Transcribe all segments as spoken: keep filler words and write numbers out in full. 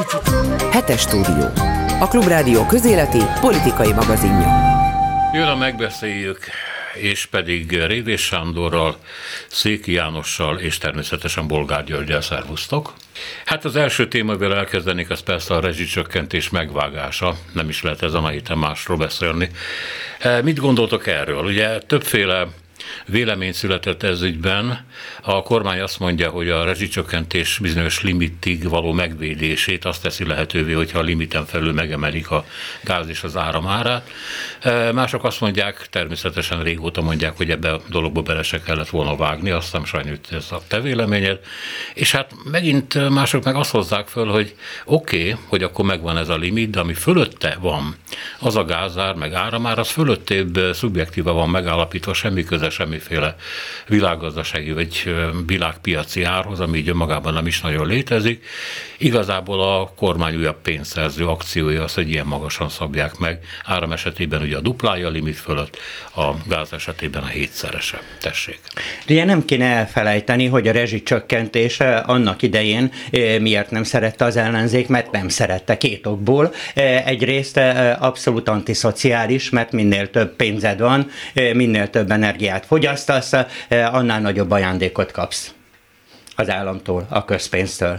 Hetes stúdió. A Klubrádió közéleti politikai magazinja. Jön a megbeszéljük, és pedig Révés Sándorral, Széki Jánossal és természetesen Bolgár Györggyel. Szervusztok! Hát az első témával elkezdenék, az persze a rezsicsökkentés megvágása. Nem is lehet ezen a héten másról beszélni. Mit gondoltok erről? Ugye többféle vélemény született ez ügyben. A kormány azt mondja, hogy a rezsicsökkentés bizonyos limitig való megvédését azt teszi lehetővé, hogyha a limiten felül megemelik a gáz és az áram árát. Mások azt mondják, természetesen régóta mondják, hogy ebbe a dologba bele se kellett volna vágni, azt hiszem sajnos ez a te véleményed. És hát megint mások meg azt hozzák föl, hogy oké, okay, hogy akkor megvan ez a limit, de ami fölötte van, az a gázár, meg áramár, az fölöttébb szubjektíva van megállapítva, semmi köze semmiféle világgazdasági vagy világpiaci árhoz, ami így önmagában nem is nagyon létezik. Igazából a kormány újabb pénzszerző akciója az, hogy ilyen magasan szabják meg. Áram esetében ugye a duplája a limit fölött, a gáz esetében a hétszerese. Tessék. Ugye nem kéne elfelejteni, hogy a rezsicsökkentés annak idején miért nem szerette az ellenzék, mert nem szerette két okból. Egyrészt abszolút antiszociális, mert minél több pénzed van, minél több energiát fogyasztasz, annál nagyobb ajándékot kapsz az államtól, a közpénztől.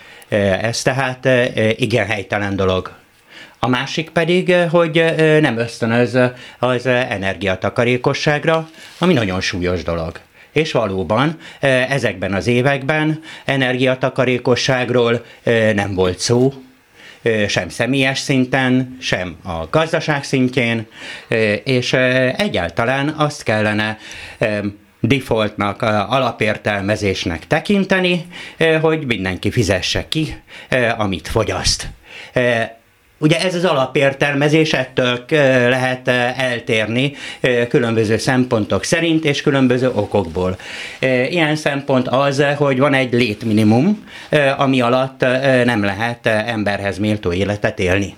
Ez tehát igen helytelen dolog. A másik pedig, hogy nem ösztönöz az energiatakarékosságra, ami nagyon súlyos dolog. És valóban ezekben az években energiatakarékosságról nem volt szó, sem személyes szinten, sem a gazdaság szintjén, és egyáltalán azt kellene defaultnak, alapértelmezésnek tekinteni, hogy mindenki fizesse ki, amit fogyaszt. Ugye ez az alapértelmezés, ettől lehet eltérni különböző szempontok szerint és különböző okokból. Ilyen szempont az, hogy van egy létminimum, ami alatt nem lehet emberhez méltó életet élni.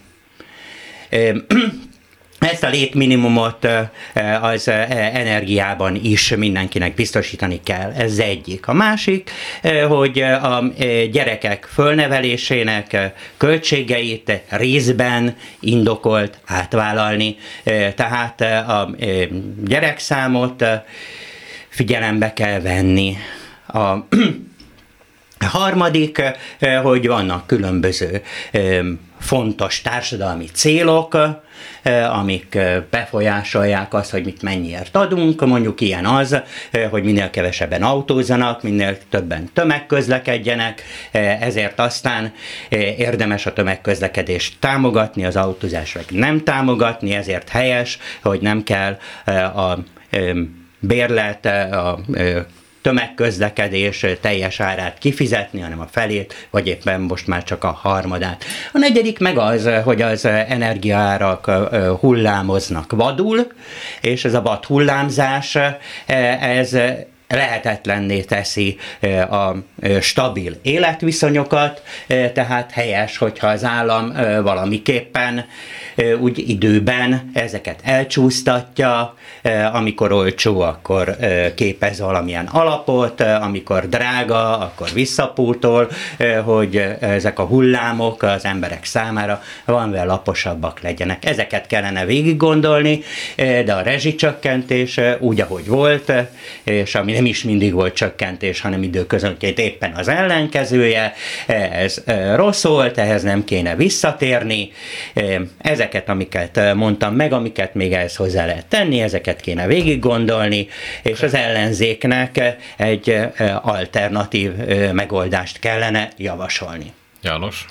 Ezt a létminimumot az energiában is mindenkinek biztosítani kell. Ez egyik. A másik, hogy a gyerekek fölnevelésének költségeit részben indokolt átvállalni. Tehát a gyerekszámot figyelembe kell venni. A A harmadik, hogy vannak különböző fontos társadalmi célok, amik befolyásolják azt, hogy mit mennyiért adunk. Mondjuk ilyen az, hogy minél kevesebben autózzanak, minél többen tömegközlekedjenek, ezért aztán érdemes a tömegközlekedést támogatni, az autózást meg nem támogatni, ezért helyes, hogy nem kell a bérlet, a tömegközlekedés teljes árát kifizetni, hanem a felét, vagy éppen most már csak a harmadát. A negyedik meg az, hogy az energiaárak hullámoznak vadul, és ez a vad hullámzás, ez lehetetlenné teszi a stabil életviszonyokat, tehát helyes, hogyha az állam valamiképpen úgy időben ezeket elcsúsztatja, amikor olcsó, akkor képez valamilyen alapot, amikor drága, akkor visszapótol, hogy ezek a hullámok az emberek számára valamivel laposabbak legyenek. Ezeket kellene végig gondolni, de a rezsicsökkentés úgy, ahogy volt, és ami nem is mindig volt csökkentés, hanem időközönként éppen az ellenkezője, ez rossz volt, ehhez nem kéne visszatérni. Ezeket, amiket mondtam meg, amiket még ehhez hozzá lehet tenni, ezeket kéne végig gondolni, és az ellenzéknek egy alternatív megoldást kellene javasolni. János?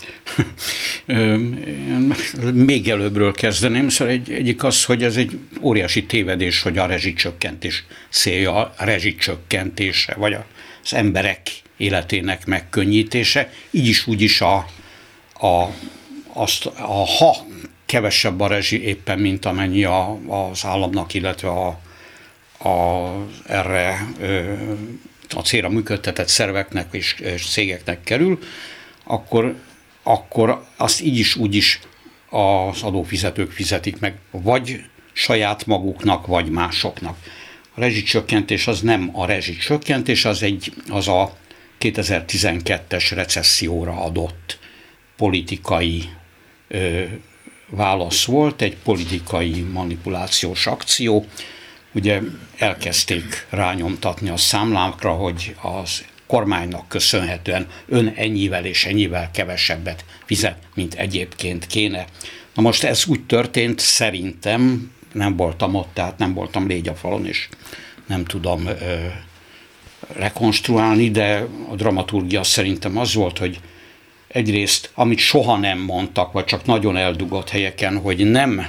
Még előbbről kezdeném, szóval egy, egyik az, hogy ez egy óriási tévedés, hogy a rezsicsökkentés célja a rezsicsökkentése, vagy az emberek életének megkönnyítése. Így is, úgy is a, a, azt, a ha kevesebb a rezsi éppen, mint amennyi a, az államnak, illetve a, a, erre a célra működtetett szerveknek és, és cégeknek kerül, akkor, akkor azt így is, úgy is az adófizetők fizetik meg, vagy saját maguknak, vagy másoknak. A rezsicsökkentés az nem a rezsicsökkentés, az, egy, az a kétezer-tizenkettes recesszióra adott politikai ö, válasz volt, egy politikai manipulációs akció. Ugye elkezdték rányomtatni a számlákra, hogy az kormánynak köszönhetően ön ennyivel és ennyivel kevesebbet fizet, mint egyébként kéne. Na most ez úgy történt, szerintem, nem voltam ott, tehát nem voltam légy a falon, és nem tudom ö, rekonstruálni, de a dramaturgia szerintem az volt, hogy egyrészt, amit soha nem mondtak, vagy csak nagyon eldugott helyeken, hogy nem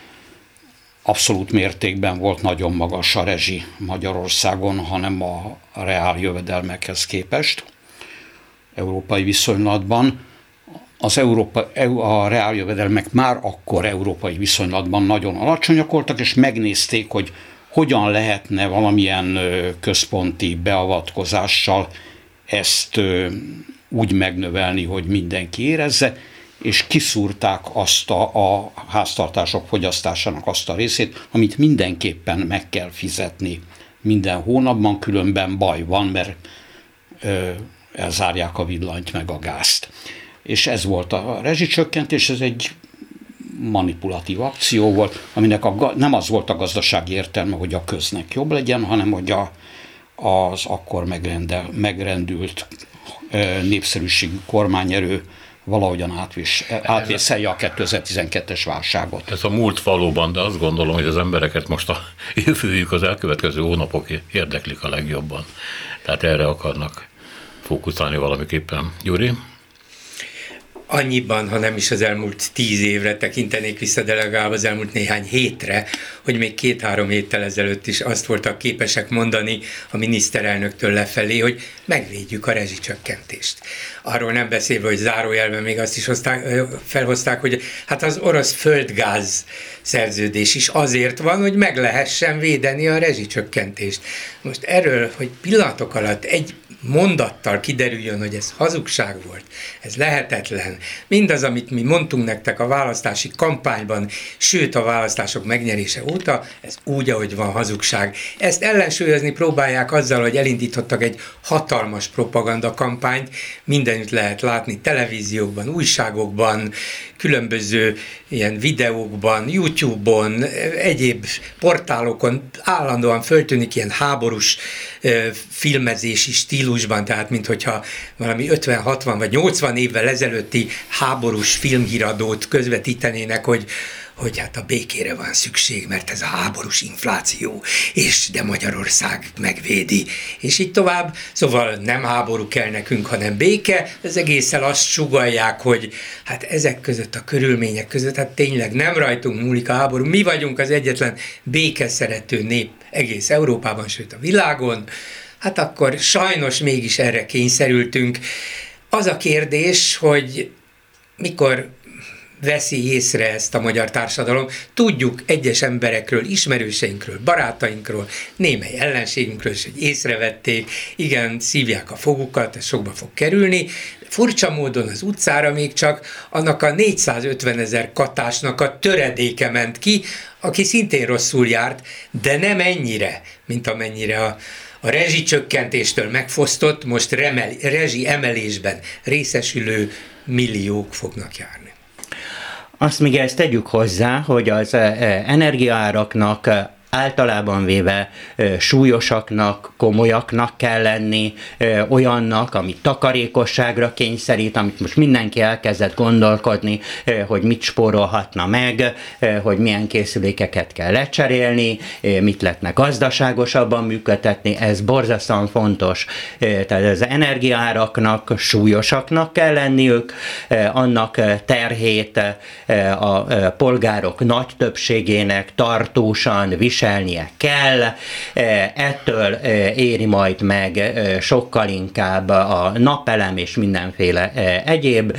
abszolút mértékben volt nagyon magas a rezsi Magyarországon, hanem a reál jövedelmekhez képest európai viszonylatban. Az Európa, a reál jövedelmek már akkor európai viszonylatban nagyon alacsonyak voltak, és megnézték, hogy hogyan lehetne valamilyen központi beavatkozással ezt úgy megnövelni, hogy mindenki érezze, és kiszúrták azt a, a háztartások fogyasztásának azt a részét, amit mindenképpen meg kell fizetni minden hónapban, különben baj van, mert ö, elzárják a villanyt meg a gázt. És ez volt a rezsicsökkentés, ez egy manipulatív akció volt, aminek a, nem az volt a gazdasági értelme, hogy a köznek jobb legyen, hanem hogy a, az akkor megrendel, megrendült ö, népszerűségű kormányerő valahogyan átvis, átvészelje a kétezer-tizenkettes válságot. Ez a múlt valóban, de azt gondolom, hogy az embereket most a jövőjük, az elkövetkező hónapok érdeklik a legjobban. Tehát erre akarnak fókuszálni valamiképpen. Gyuri? Annyiban, ha nem is az elmúlt tíz évre tekintenék vissza, de legalább az elmúlt néhány hétre, hogy még két-három héttel ezelőtt is azt voltak képesek mondani a miniszterelnöktől lefelé, hogy megvédjük a rezsicsökkentést. Arról nem beszélve, hogy zárójelben még azt is hozták, felhozták, hogy hát az orosz földgáz szerződés is azért van, hogy meg lehessen védeni a rezsicsökkentést. Most erről, hogy pillanatok alatt egy mondattal kiderüljön, hogy ez hazugság volt, ez lehetetlen. Mindaz, amit mi mondtunk nektek a választási kampányban, sőt a választások megnyerése óta, ez úgy, ahogy van, hazugság. Ezt ellensúlyozni próbálják azzal, hogy elindítottak egy hatalmas propaganda kampányt, mindenütt lehet látni televíziókban, újságokban, különböző ilyen videókban, YouTube-on, egyéb portálokon állandóan föltűnik ilyen háborús eh, filmezési stílusban, tehát minthogyha valami ötven, hatvan vagy nyolcvan évvel ezelőtti háborús filmhíradót közvetítenének, hogy hogy hát a békére van szükség, mert ez a háborús infláció, és de Magyarország megvédi, és így tovább. Szóval nem háború kell nekünk, hanem béke. Az egészen azt sugallják, hogy hát ezek között a körülmények között, hát tényleg nem rajtunk múlik a háború. Mi vagyunk az egyetlen békeszerető nép egész Európában, sőt a világon. Hát akkor sajnos mégis erre kényszerültünk. Az a kérdés, hogy mikor veszi észre ezt a magyar társadalom. Tudjuk egyes emberekről, ismerőseinkről, barátainkról, némely ellenségünkről is, hogy észrevették, igen, szívják a fogukat, ez sokba fog kerülni. Furcsa módon az utcára még csak annak a négyszázötvenezer katásnak a töredéke ment ki, aki szintén rosszul járt, de nem ennyire, mint amennyire a a rezsicsökkentéstől megfosztott, most remel, rezsi emelésben részesülő milliók fognak járni. Azt még ezt tegyük hozzá, hogy az energiaáraknak általában véve súlyosaknak, komolyaknak kell lenni, olyannak, ami takarékosságra kényszerít, amit most mindenki elkezdett gondolkodni, hogy mit spórolhatna meg, hogy milyen készülékeket kell lecserélni, mit lehetne gazdaságosabban működtetni, ez borzasztóan fontos. Tehát az energiaáraknak súlyosaknak kell lenniük, annak terhét a polgárok nagy többségének tartósan viselnie kell, ettől éri majd meg sokkal inkább a napelem és mindenféle egyéb,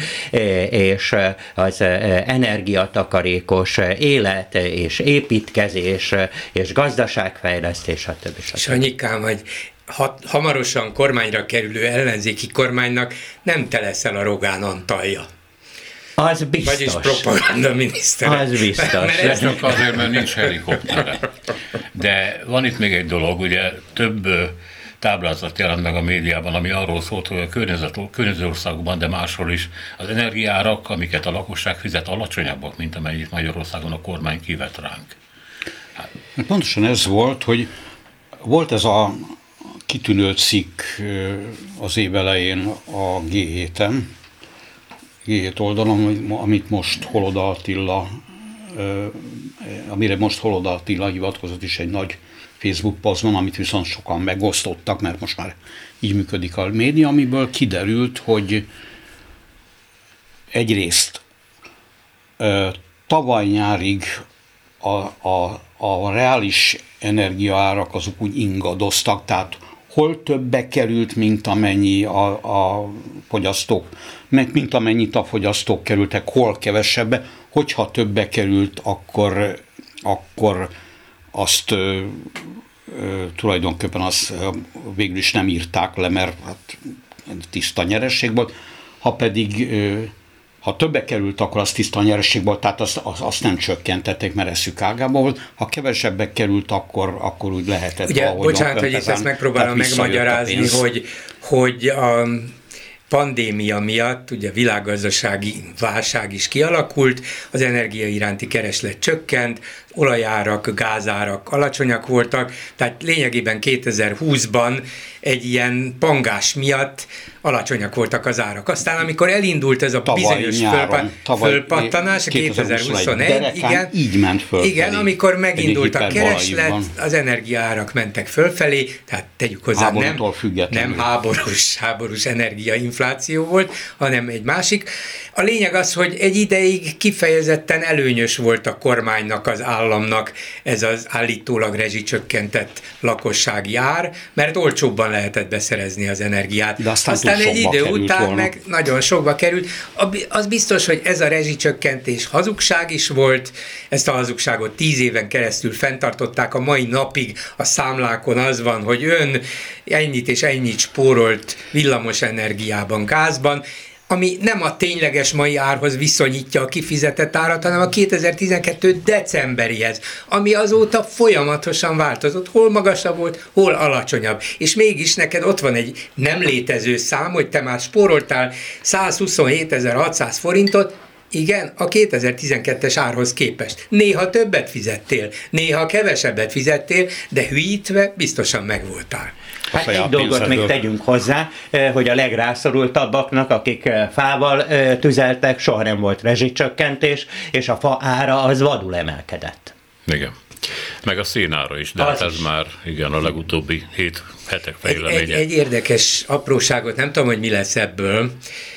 és az energiatakarékos élet és építkezés és gazdaságfejlesztés, stb. Sanyikám, hogy hat, hamarosan kormányra kerülő ellenzéki kormánynak nem te leszel a Rogán Antalja. Az biztos. Vagyis propaganda miniszter. Az biztos. Mert ez csak azért, mert nincs helikoptere. De van itt még egy dolog, ugye több táblázat jelent meg a médiában, ami arról szólt, hogy a környező országokban, de máshol is az energiárak, amiket a lakosság fizet, alacsonyabbak, mint amennyit Magyarországon a kormány kivet ránk. Hát. Pontosan ez volt, hogy volt ez a kitűnő cikk az év elején a gé héten, gé hét oldalon, amit most Holoda Attila, amire most Holoda Attila hivatkozott is egy nagy Facebook posztban, amit viszont sokan megosztottak, mert most már így működik a média, amiből kiderült, hogy egyrészt tavaly nyárig a, a, a reális energiaárak azok úgy ingadoztak, tehát hol többe került, mint amennyi a, a fogyasztók, mint amennyit a fogyasztók kerültek, hol kevesebbe. Hogyha többe került, akkor, akkor azt ö, ö, tulajdonképpen azt ö, végül is nem írták le, mert hát, tiszta nyeresség volt. Ha pedig ö, ha többe került, akkor az tiszta nyeresség volt, tehát azt, azt nem csökkentették, mert eszük ágában volt. Ha kevesebbe került, akkor, akkor úgy lehetett. Ugye, bocsánat, hogy itt ezt megpróbálom megmagyarázni, hogy, hogy a pandémia miatt ugye világgazdasági válság is kialakult, az energia iránti kereslet csökkent, olajárak, gázárak alacsonyak voltak, tehát lényegében kétezer-húszban egy ilyen pangás miatt alacsonyak voltak az árak. Aztán amikor elindult ez a tavaly bizonyos nyáron, fölpa- fölpattanás, kétezer-huszonegy, igen, így ment fölfelé. Igen, amikor megindult a kereslet, az energiaárak mentek fölfelé, tehát tegyük hozzá, nem, nem háborús, háborús energiainfláció volt, hanem egy másik. A lényeg az, hogy egy ideig kifejezetten előnyös volt a kormánynak, az államnak ez az állítólag rezsicsökkentett lakossági ár, mert olcsóbban lehetett beszerezni az energiát. De aztán, aztán egy idő után volna. meg nagyon sokba került. Az biztos, hogy ez a rezsicsökkentés hazugság is volt, ezt a hazugságot tíz éven keresztül fenntartották, a mai napig a számlákon az van, hogy ön ennyit és ennyit spórolt villamos energiában, gázban, ami nem a tényleges mai árhoz viszonyítja a kifizetett árat, hanem a kétezer-tizenkettő decemberihez, ami azóta folyamatosan változott, hol magasabb volt, hol alacsonyabb. És mégis neked ott van egy nem létező szám, hogy te már spóroltál százhuszonhétezer-hatszáz forintot, igen, a kétezer-tizenkettes árhoz képest. Néha többet fizettél, néha kevesebbet fizettél, de hülyítve biztosan megvoltál. Hát egy dolgot még tegyünk hozzá, hogy a legrászorultabbaknak, akik fával tüzeltek, soha nem volt rezsicsökkentés, és a fa ára az vadul emelkedett. Igen. Meg a szénára is, de hát ez is. Már igen, a legutóbbi hét hetek fejleménye. Egy, egy, egy érdekes apróságot, nem tudom, hogy mi lesz ebből,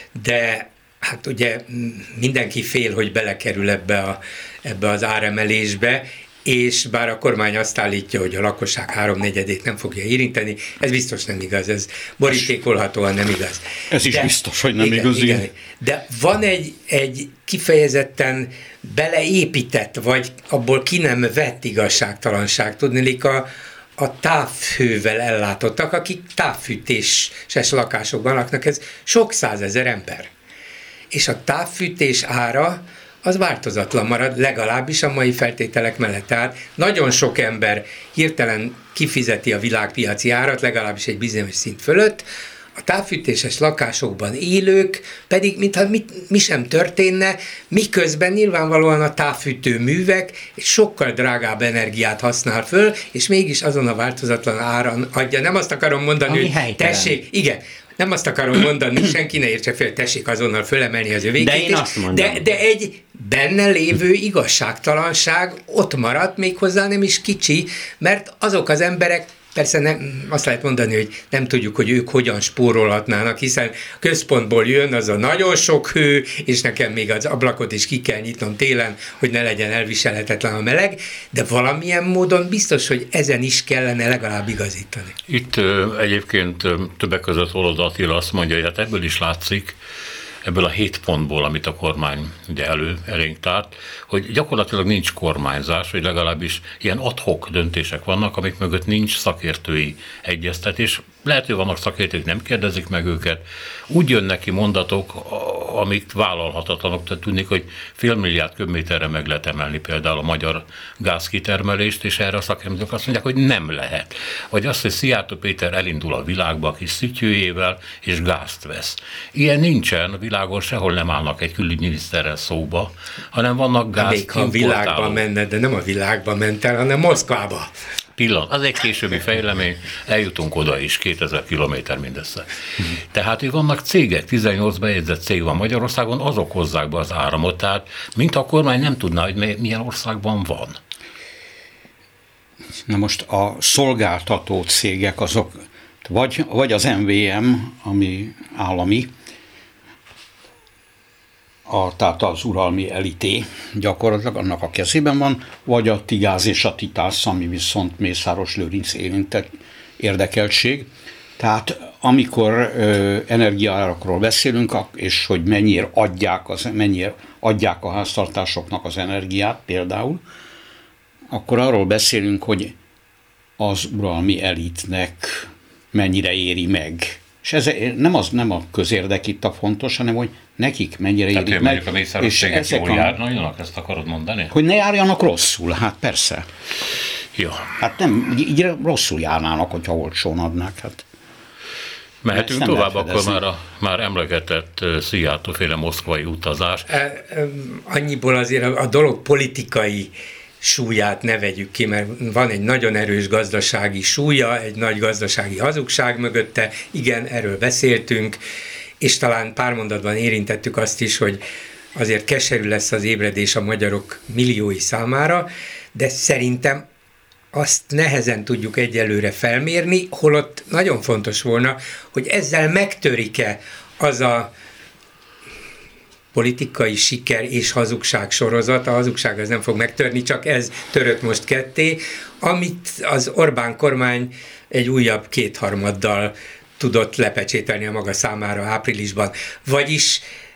de hát ugye mindenki fél, hogy belekerül ebbe, a, ebbe az áremelésbe, és bár a kormány azt állítja, hogy a lakosság háromnegyedét nem fogja érinteni, ez biztos nem igaz, ez borítékolhatóan nem igaz. Ez is de, biztos, hogy nem igen, igaz. Igen, de van egy, egy kifejezetten beleépített, vagy abból ki nem vett igazságtalanság, tudniillik a a távhővel ellátottak, akik távfűtéses lakásokban laknak, ez sok százezer ember. És a távfűtés ára az változatlan marad, legalábbis a mai feltételek mellett. Tehát nagyon sok ember hirtelen kifizeti a világpiaci árat, legalábbis egy bizonyos szint fölött, a távfűtéses lakásokban élők pedig, mintha mi, mi sem történne, miközben nyilvánvalóan a távfűtő művek egy sokkal drágább energiát használ föl, és mégis azon a változatlan áron adja. Nem azt akarom mondani, ami hogy helytelen. Tessék, igen, nem azt akarom mondani, senki ne értse fel, tessék azonnal fölemelni az övékét. De én azt mondom. De, de egy benne lévő igazságtalanság ott maradt, méghozzá nem is kicsi, mert azok az emberek, persze nem, azt lehet mondani, hogy nem tudjuk, hogy ők hogyan spórolhatnának, hiszen központból jön az a nagyon sok hő, és nekem még az ablakot is ki kell nyitnom télen, hogy ne legyen elviselhetetlen a meleg, de valamilyen módon biztos, hogy ezen is kellene legalább igazítani. Itt ö, egyébként ö, többek között Holoda Attila azt mondja, hogy hát ebből is látszik, ebből a hét pontból, amit a kormány ugye elő elénk tárt, hogy gyakorlatilag nincs kormányzás, vagy legalábbis ilyen ad hoc döntések vannak, amik mögött nincs szakértői egyeztetés. Lehet, hogy vannak szakértők, nem kérdezik meg őket. Úgy jönnek ki mondatok, amik vállalhatatlanok, tehát tudni, hogy fél milliárd köbméterre meg lehet emelni például a magyar gázkitermelést, és erre a szakemberek azt mondják, hogy nem lehet. Vagy azt, hogy Szijjártó Péter elindul a világba a kis szütyőjével, és gázt vesz. Ilyen nincsen, a világon sehol nem állnak egy külügyminiszterrel szóba, hanem vannak gáz. Még ha a világba menne, de nem a világba ment el, hanem Moszkvába. Pillanat, az egy későbbi fejlemény, eljutunk oda is, kétezer kilométer mindössze. Tehát, hogy vannak cégek, tizennyolc bejegyzett cég van Magyarországon, azok hozzák be az áramot, tehát mint a kormány nem tudná, hogy milyen országban van. Na most a szolgáltató cégek azok, vagy, vagy az em vé em, ami állami, A, tehát az uralmi elité gyakorlatilag annak a kezében van, vagy a Tigáz és a Titász, ami viszont Mészáros Lőrinc érintett érdekeltség. Tehát amikor ö, energiaárakról beszélünk, és hogy mennyire adják, az, mennyire adják a háztartásoknak az energiát például, akkor arról beszélünk, hogy az uralmi elitnek mennyire éri meg. És ez nem, az, nem a közérdek itt a fontos, hanem hogy nekik mennyire Tehát érik meg. meg. Tehát a mészáros cégek jól a... járnak, ezt akarod mondani? Hogy ne járjanak rosszul, hát persze. Jó. Hát nem, így rosszul járnának, hogyha olcsón adnák. Hát. Mehetünk tovább, akkor már, a, már emlegetett Szijjártó-féle moszkvai utazás. Annyiból azért a, a dolog politikai súlyát ne vegyük ki, mert van egy nagyon erős gazdasági súlya, egy nagy gazdasági hazugság mögötte, igen, erről beszéltünk, és talán pár mondatban érintettük azt is, hogy azért keserű lesz az ébredés a magyarok milliói számára, de szerintem azt nehezen tudjuk egyelőre felmérni, holott nagyon fontos volna, hogy ezzel megtörik-e az a politikai siker és hazugság sorozat, a hazugság az nem fog megtörni, csak ez törött most ketté, amit az Orbán kormány egy újabb kétharmaddal tudott lepecsételni a maga számára áprilisban. Vagyis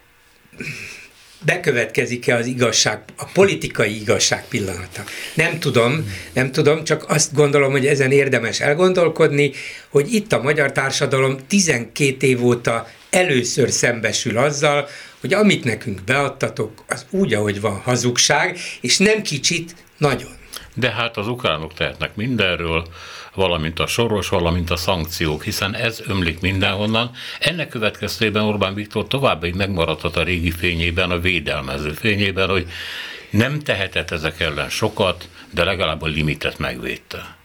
bekövetkezik-e az igazság, a politikai igazság pillanata? Nem tudom, nem tudom, csak azt gondolom, hogy ezen érdemes elgondolkodni, hogy itt a magyar társadalom tizenkét év óta először szembesül azzal, hogy amit nekünk beadtatok, az úgy, ahogy van, hazugság, és nem kicsit, nagyon. De hát az ukránok tehetnek mindenről, valamint a Soros, valamint a szankciók, hiszen ez ömlik mindenhonnan. Ennek következtében Orbán Viktor továbbá megmaradhat a régi fényében, a védelmező fényében, hogy nem tehetett ezek ellen sokat, de legalább a limitet megvédte.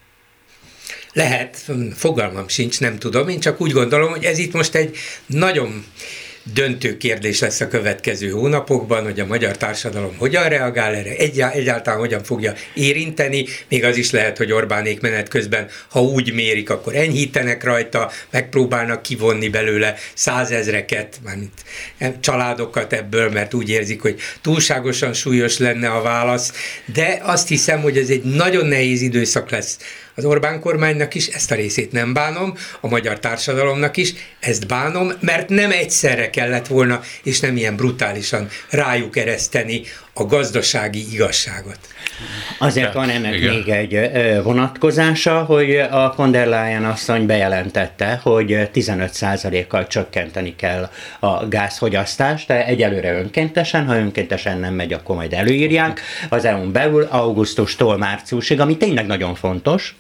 Lehet, fogalmam sincs, nem tudom, én csak úgy gondolom, hogy ez itt most egy nagyon döntő kérdés lesz a következő hónapokban, hogy a magyar társadalom hogyan reagál erre, egyáltalán hogyan fogja érinteni, még az is lehet, hogy Orbánék menet közben, ha úgy mérik, akkor enyhítenek rajta, megpróbálnak kivonni belőle százezreket, mármint családokat ebből, mert úgy érzik, hogy túlságosan súlyos lenne a válasz, de azt hiszem, hogy ez egy nagyon nehéz időszak lesz az Orbán kormánynak is, ezt a részét nem bánom, a magyar társadalomnak is, ezt bánom, mert nem egyszerre kellett volna, és nem ilyen brutálisan rájuk ereszteni a gazdasági igazságot. Azért van ennek igen. még egy vonatkozása, hogy a von der Leyen asszony bejelentette, hogy tizenöt százalékkal csökkenteni kell a gázfogyasztást, de egyelőre önkéntesen, ha önkéntesen nem megy, akkor majd előírják az é u-n belül augusztustól márciusig, ami tényleg nagyon fontos.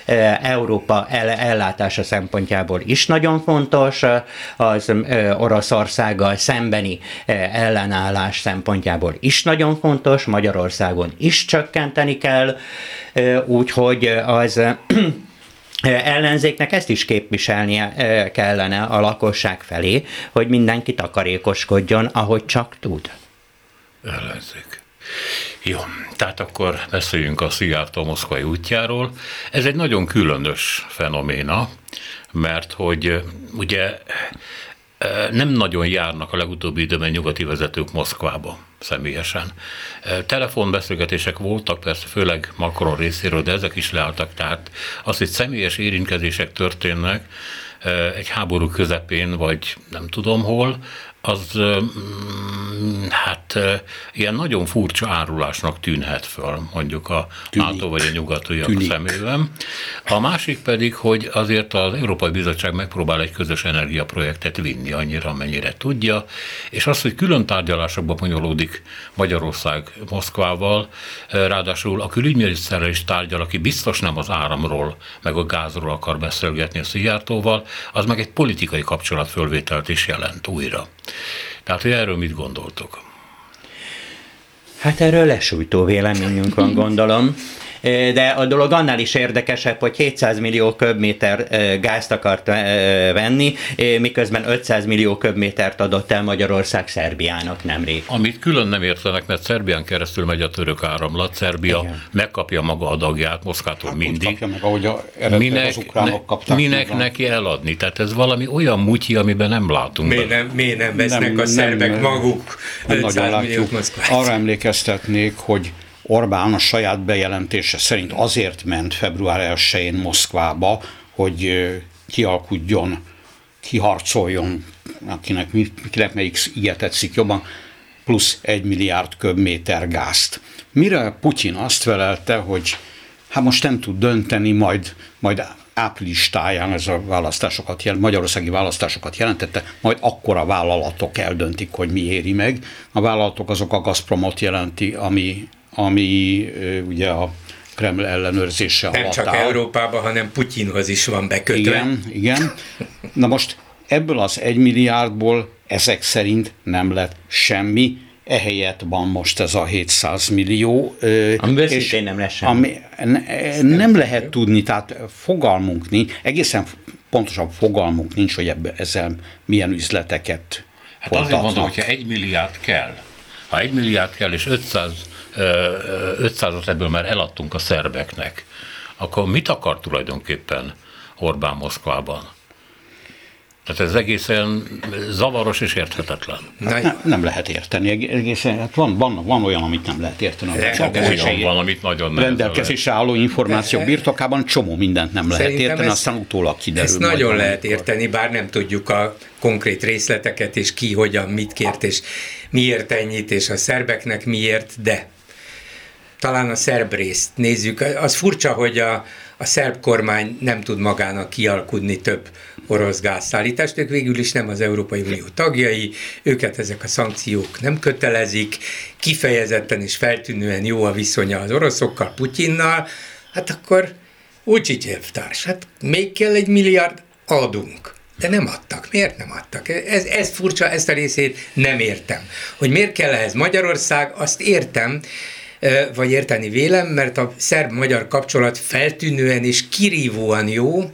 Európa ellátása szempontjából is nagyon fontos, az Oroszországgal szembeni ellenállás szempontjából is nagyon fontos, Magyarországon is csökkenteni kell, úgyhogy az ellenzéknek ezt is képviselnie kellene a lakosság felé, hogy mindenki takarékoskodjon, ahogy csak tud. Ellenzék. Jó, tehát akkor beszéljünk a Szijjártó-moszkvai útjáról. Ez egy nagyon különös fenoména, mert hogy ugye nem nagyon járnak a legutóbbi időben nyugati vezetők Moszkvába személyesen. Telefonbeszélgetések voltak persze, főleg Macron részéről, de ezek is leálltak, tehát az, hogy személyes érintkezések történnek egy háború közepén, vagy nem tudom hol, az hát ilyen nagyon furcsa árulásnak tűnhet föl, mondjuk a Tűnik. NATO vagy a nyugatiak Tűnik. szemében. A másik pedig, hogy azért az Európai Bizottság megpróbál egy közös energiaprojektet vinni annyira, amennyire tudja, és az, hogy külön tárgyalásokban bonyolódik Magyarország Moszkvával, ráadásul a külügyminiszterrel is tárgyal, aki biztos nem az áramról, meg a gázról akar beszélgetni a Szijjártóval, az meg egy politikai kapcsolatfölvételt is jelent újra. Tehát, hogy erről mit gondoltok? Hát erről lesújtó véleményünk van, gondolom. De a dolog annál is érdekesebb, hogy hétszáz millió köbméter gázt akart venni, miközben ötszáz millió köbmétert adott el Magyarország Szerbiának nemrég. Amit külön nem értenek, mert Szerbián keresztül megy a török áramlat, Szerbia Igen. megkapja maga a dagját Moszkvától hát mindig. Kapja meg, ahogy a minek, az ukránok kapták. Minek meg neki eladni? Tehát ez valami olyan mutyi, amiben nem látunk. Miért nem, miért nem vesznek nem, a szerbek nem, maguk ötszáz milliót Moszkvát? Arra emlékeztetnék, hogy Orbán a saját bejelentése szerint azért ment február elsején Moszkvába, hogy kialkudjon, kiharcoljon, akinek, akinek melyik ilyen tetszik jobban, plusz egy milliárd köbméter gázt. Mire Putyin azt felelte, hogy hát most nem tud dönteni, majd, majd április táján ez a választásokat jelent, magyarországi választásokat jelentette, majd akkor a vállalatok eldöntik, hogy mi éri meg. A vállalatok azok a Gazpromot jelenti, ami ami ugye a Kreml ellenőrzése alatt alatt Nem csak áll. Európában, hanem Putyinhoz is van bekötve. Igen, igen. Na most ebből az egy milliárdból ezek szerint nem lett semmi, ehelyett van most ez a hétszáz millió. Amiből szintén nem lesz semmi. Ami ne, nem lehet tudni, tehát fogalmunk nincs, egészen pontosan fogalmunk nincs, hogy ebbe, ezzel milyen üzleteket Hát folytatnak. azért mondom, hogyha egy milliárd kell, ha egy milliárd kell és ötszázat ebből már eladtunk a szerbeknek, akkor mit akar tulajdonképpen Orbán Moszkvában? Tehát ez egészen zavaros és érthetetlen. Hát ne, nem lehet érteni. Egészen, hát van, van, van olyan, amit nem lehet érteni. Csak olyan van, amit nagyon nem rendelkezésre álló információk birtokában csomó mindent nem lehet Szerintem érteni, ezt, aztán utólag kiderül. Ezt nagyon lehet amikor. érteni, bár nem tudjuk a konkrét részleteket, és ki, hogyan, mit kért, és miért ennyit, és a szerbeknek miért, de talán a szerb részt nézzük. Az furcsa, hogy a, a szerb kormány nem tud magának kialkudni több orosz gázszállítást, ők végül is nem az Európai Unió tagjai, őket ezek a szankciók nem kötelezik, kifejezetten és feltűnően jó a viszonya az oroszokkal, Putyinnal, hát akkor Vučić-elvtárs, hát még kell egy milliárd, adunk. De nem adtak. Miért nem adtak? Ez, ez furcsa, ezt a részét nem értem. Hogy miért kell ehhez Magyarország, azt értem, vagy érteni vélem, mert a szerb-magyar kapcsolat feltűnően és kirívóan jó,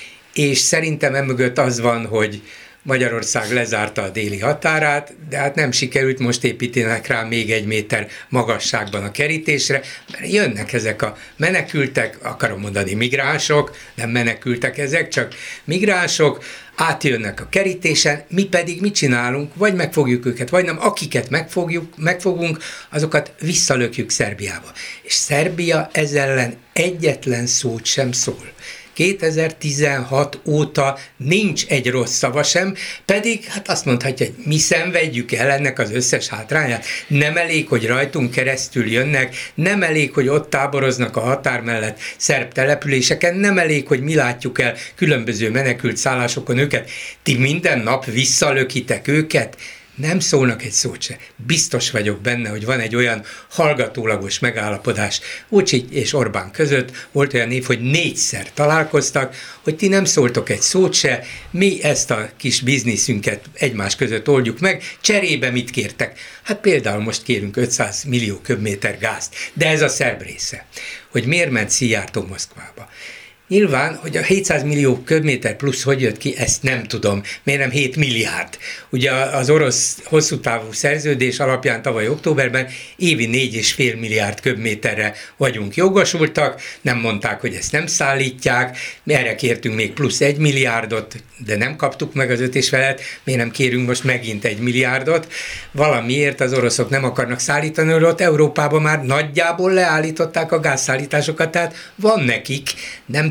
és szerintem emögött az van, hogy Magyarország lezárta a déli határát, de hát nem sikerült, most építenek rá még egy méter magasságban a kerítésre, mert jönnek ezek a menekültek, akarom mondani migránsok, nem menekültek ezek, csak migránsok, átjönnek a kerítésen, mi pedig mit csinálunk, vagy megfogjuk őket, vagy nem, akiket megfogjuk, megfogunk, azokat visszalökjük Szerbiába. És Szerbia ezzel ellen egyetlen szót sem szól. kétezer-tizenhat óta nincs egy rossz szava sem, pedig hát azt mondhatja, hogy mi szenvedjük el ennek az összes hátrányát. Nem elég, hogy rajtunk keresztül jönnek, nem elég, hogy ott táboroznak a határ mellett szerb településeken, nem elég, hogy mi látjuk el különböző menekült szállásokon őket. Ti minden nap visszalökitek őket, nem szólnak egy szót se. Biztos vagyok benne, hogy van egy olyan hallgatólagos megállapodás Vučić és Orbán között, volt olyan év, hogy négyszer találkoztak, hogy ti nem szóltok egy szót se, mi ezt a kis bizniszünket egymás között oldjuk meg, cserébe mit kértek? Hát például most kérünk ötszáz millió köbméter gázt, de ez a szerb része. Hogy miért ment Szijjártó Moszkvába? Nyilván, hogy a hétszáz millió köbméter plusz hogy jött ki, ezt nem tudom. Miért nem hét milliárd? Ugye az orosz hosszú távú szerződés alapján tavaly októberben évi négy és fél milliárd köbméterre vagyunk jogosultak, nem mondták, hogy ezt nem szállítják, erre kértünk még plusz egy milliárdot, de nem kaptuk meg az öt és felet, miért nem kérünk most megint egy milliárdot? Valamiért az oroszok nem akarnak szállítani, hogy ott Európában már nagyjából leállították a gázszállításokat, tehát van nekik, nem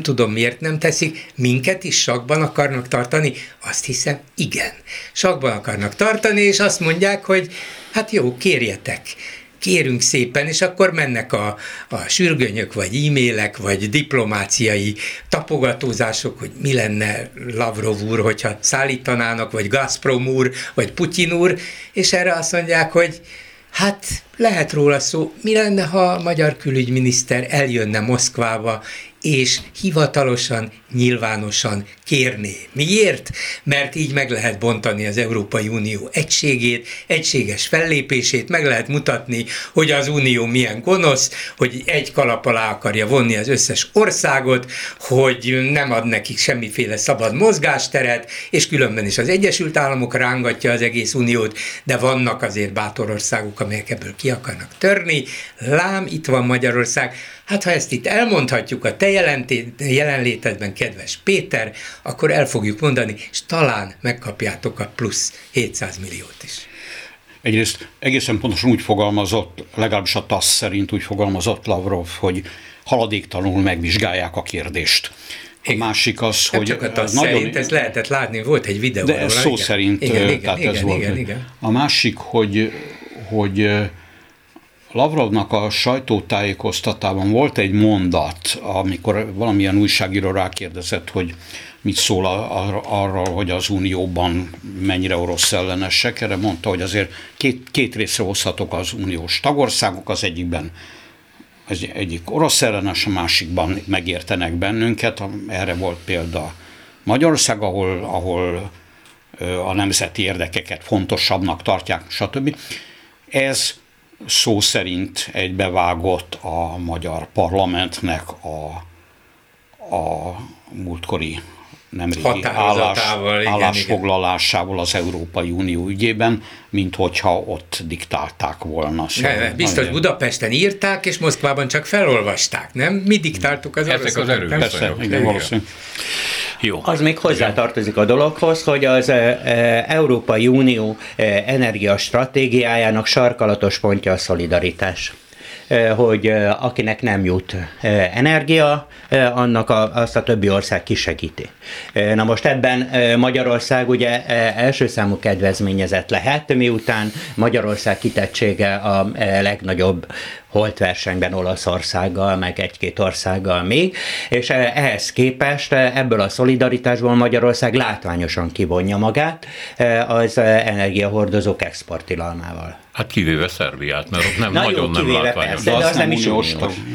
tudom, miért nem teszik, minket is sakban akarnak tartani? Azt hiszem, igen. Sakban akarnak tartani, és azt mondják, hogy hát jó, kérjetek. Kérünk szépen, és akkor mennek a, a sürgönyök, vagy e-mailek, vagy diplomáciai tapogatózások, hogy mi lenne Lavrov úr, hogyha szállítanának, vagy Gazprom úr, vagy Putyin úr, és erre azt mondják, hogy hát lehet róla szó, mi lenne, ha a magyar külügyminiszter eljönne Moszkvába, és hivatalosan, nyilvánosan kérné. Miért? Mert így meg lehet bontani az Európai Unió egységét, egységes fellépését, meg lehet mutatni, hogy az Unió milyen gonosz, hogy egy kalap alá akarja vonni az összes országot, hogy nem ad nekik semmiféle szabad mozgásteret, és különben is az Egyesült Államok rángatja az egész Uniót, de vannak azért bátor országok, amelyek ebből ki akarnak törni. Lám, itt van Magyarország. Hát ha ezt itt elmondhatjuk a te jelenlétedben, kedves Péter, akkor el fogjuk mondani, és talán megkapjátok a plusz hétszáz milliót is. Egyrészt egészen pontosan úgy fogalmazott, legalábbis a TASZ szerint úgy fogalmazott Lavrov, hogy haladéktalanul megvizsgálják a kérdést. A igen. Másik az, nem hogy... csak a TASZ nagyon... szerint, ezt lehetett látni, volt egy videó. De ez szó igen. szerint, igen, igen, tehát igen, ez igen, volt. Igen, igen. A másik, hogy, hogy Lavrovnak a sajtótájékoztatában volt egy mondat, amikor valamilyen újságíró rákérdezett, hogy mit szól arról, hogy az Unióban mennyire orosz ellenesek. Erre mondta, hogy azért két, két részre hozhatok az uniós tagországok, az egyikben az egyik orosz ellenes, a másikban megértenek bennünket. Erre volt példa Magyarország, ahol, ahol a nemzeti érdekeket fontosabbnak tartják, stb. Ez szó szerint egybevágott a magyar parlamentnek a, a múltkori nemrégi állás, igen, állásfoglalásával igen. az Európai Unió ügyében, mint hogyha ott diktálták volna. Szóval ne, biztos nagyon... Budapesten írták, és Moszkvában csak felolvasták, nem? Mi diktáltuk az ezek az erők. Persze, igen, valószínűleg. Jó. Az még hozzátartozik a dologhoz, hogy az e, e, Európai Unió e, energiastratégiájának sarkalatos pontja a szolidaritás. E, hogy e, akinek nem jut e, energia, e, annak a, azt a többi ország kisegíti. E, na most ebben e, Magyarország ugye e, első számú kedvezményezett lehet, miután Magyarország kitettsége a e, legnagyobb holtversenyben Olaszországgal, meg egy-két országgal még, és ehhez képest ebből a szolidaritásból Magyarország látványosan kivonja magát az energiahordozók exporttilalmával. Hát kivéve Szerbiát, mert ott nem Na nagyon jó, nem látványos. Persze, de, de az nem is uniós.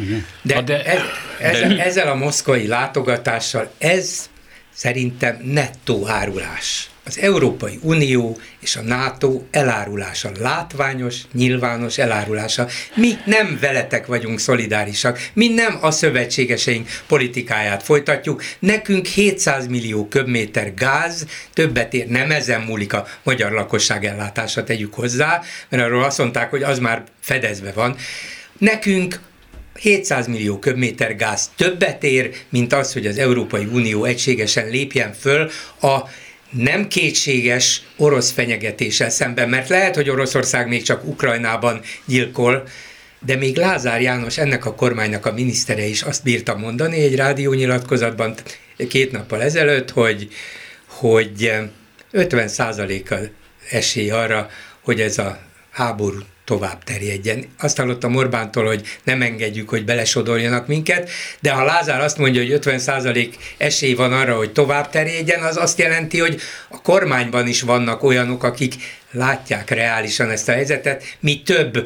De, de, ez, ezzel, de ezzel a moszkvai látogatással ez szerintem nettó árulás. Az Európai Unió és a NATO elárulása, látványos, nyilvános elárulása. Mi nem veletek vagyunk szolidárisak, mi nem a szövetségeseink politikáját folytatjuk, nekünk hétszáz millió köbméter gáz, többet ér, nem ezen múlik a magyar lakosság ellátása, tegyük hozzá, mert arról azt mondták, hogy az már fedezve van. Nekünk hétszáz millió köbméter gáz többet ér, mint az, hogy az Európai Unió egységesen lépjen föl a nem kétséges orosz fenyegetéssel szemben, mert lehet, hogy Oroszország még csak Ukrajnában gyilkol, de még Lázár János, ennek a kormánynak a minisztere is azt bírta mondani egy rádiónyilatkozatban két nappal ezelőtt, hogy, hogy ötven százalék esély arra, hogy ez a háború tovább terjedjen. Azt hallottam Orbántól, hogy nem engedjük, hogy belesodorjanak minket, de ha Lázár azt mondja, hogy ötven százalék esély van arra, hogy tovább terjedjen, az azt jelenti, hogy a kormányban is vannak olyanok, akik látják reálisan ezt a helyzetet, mi több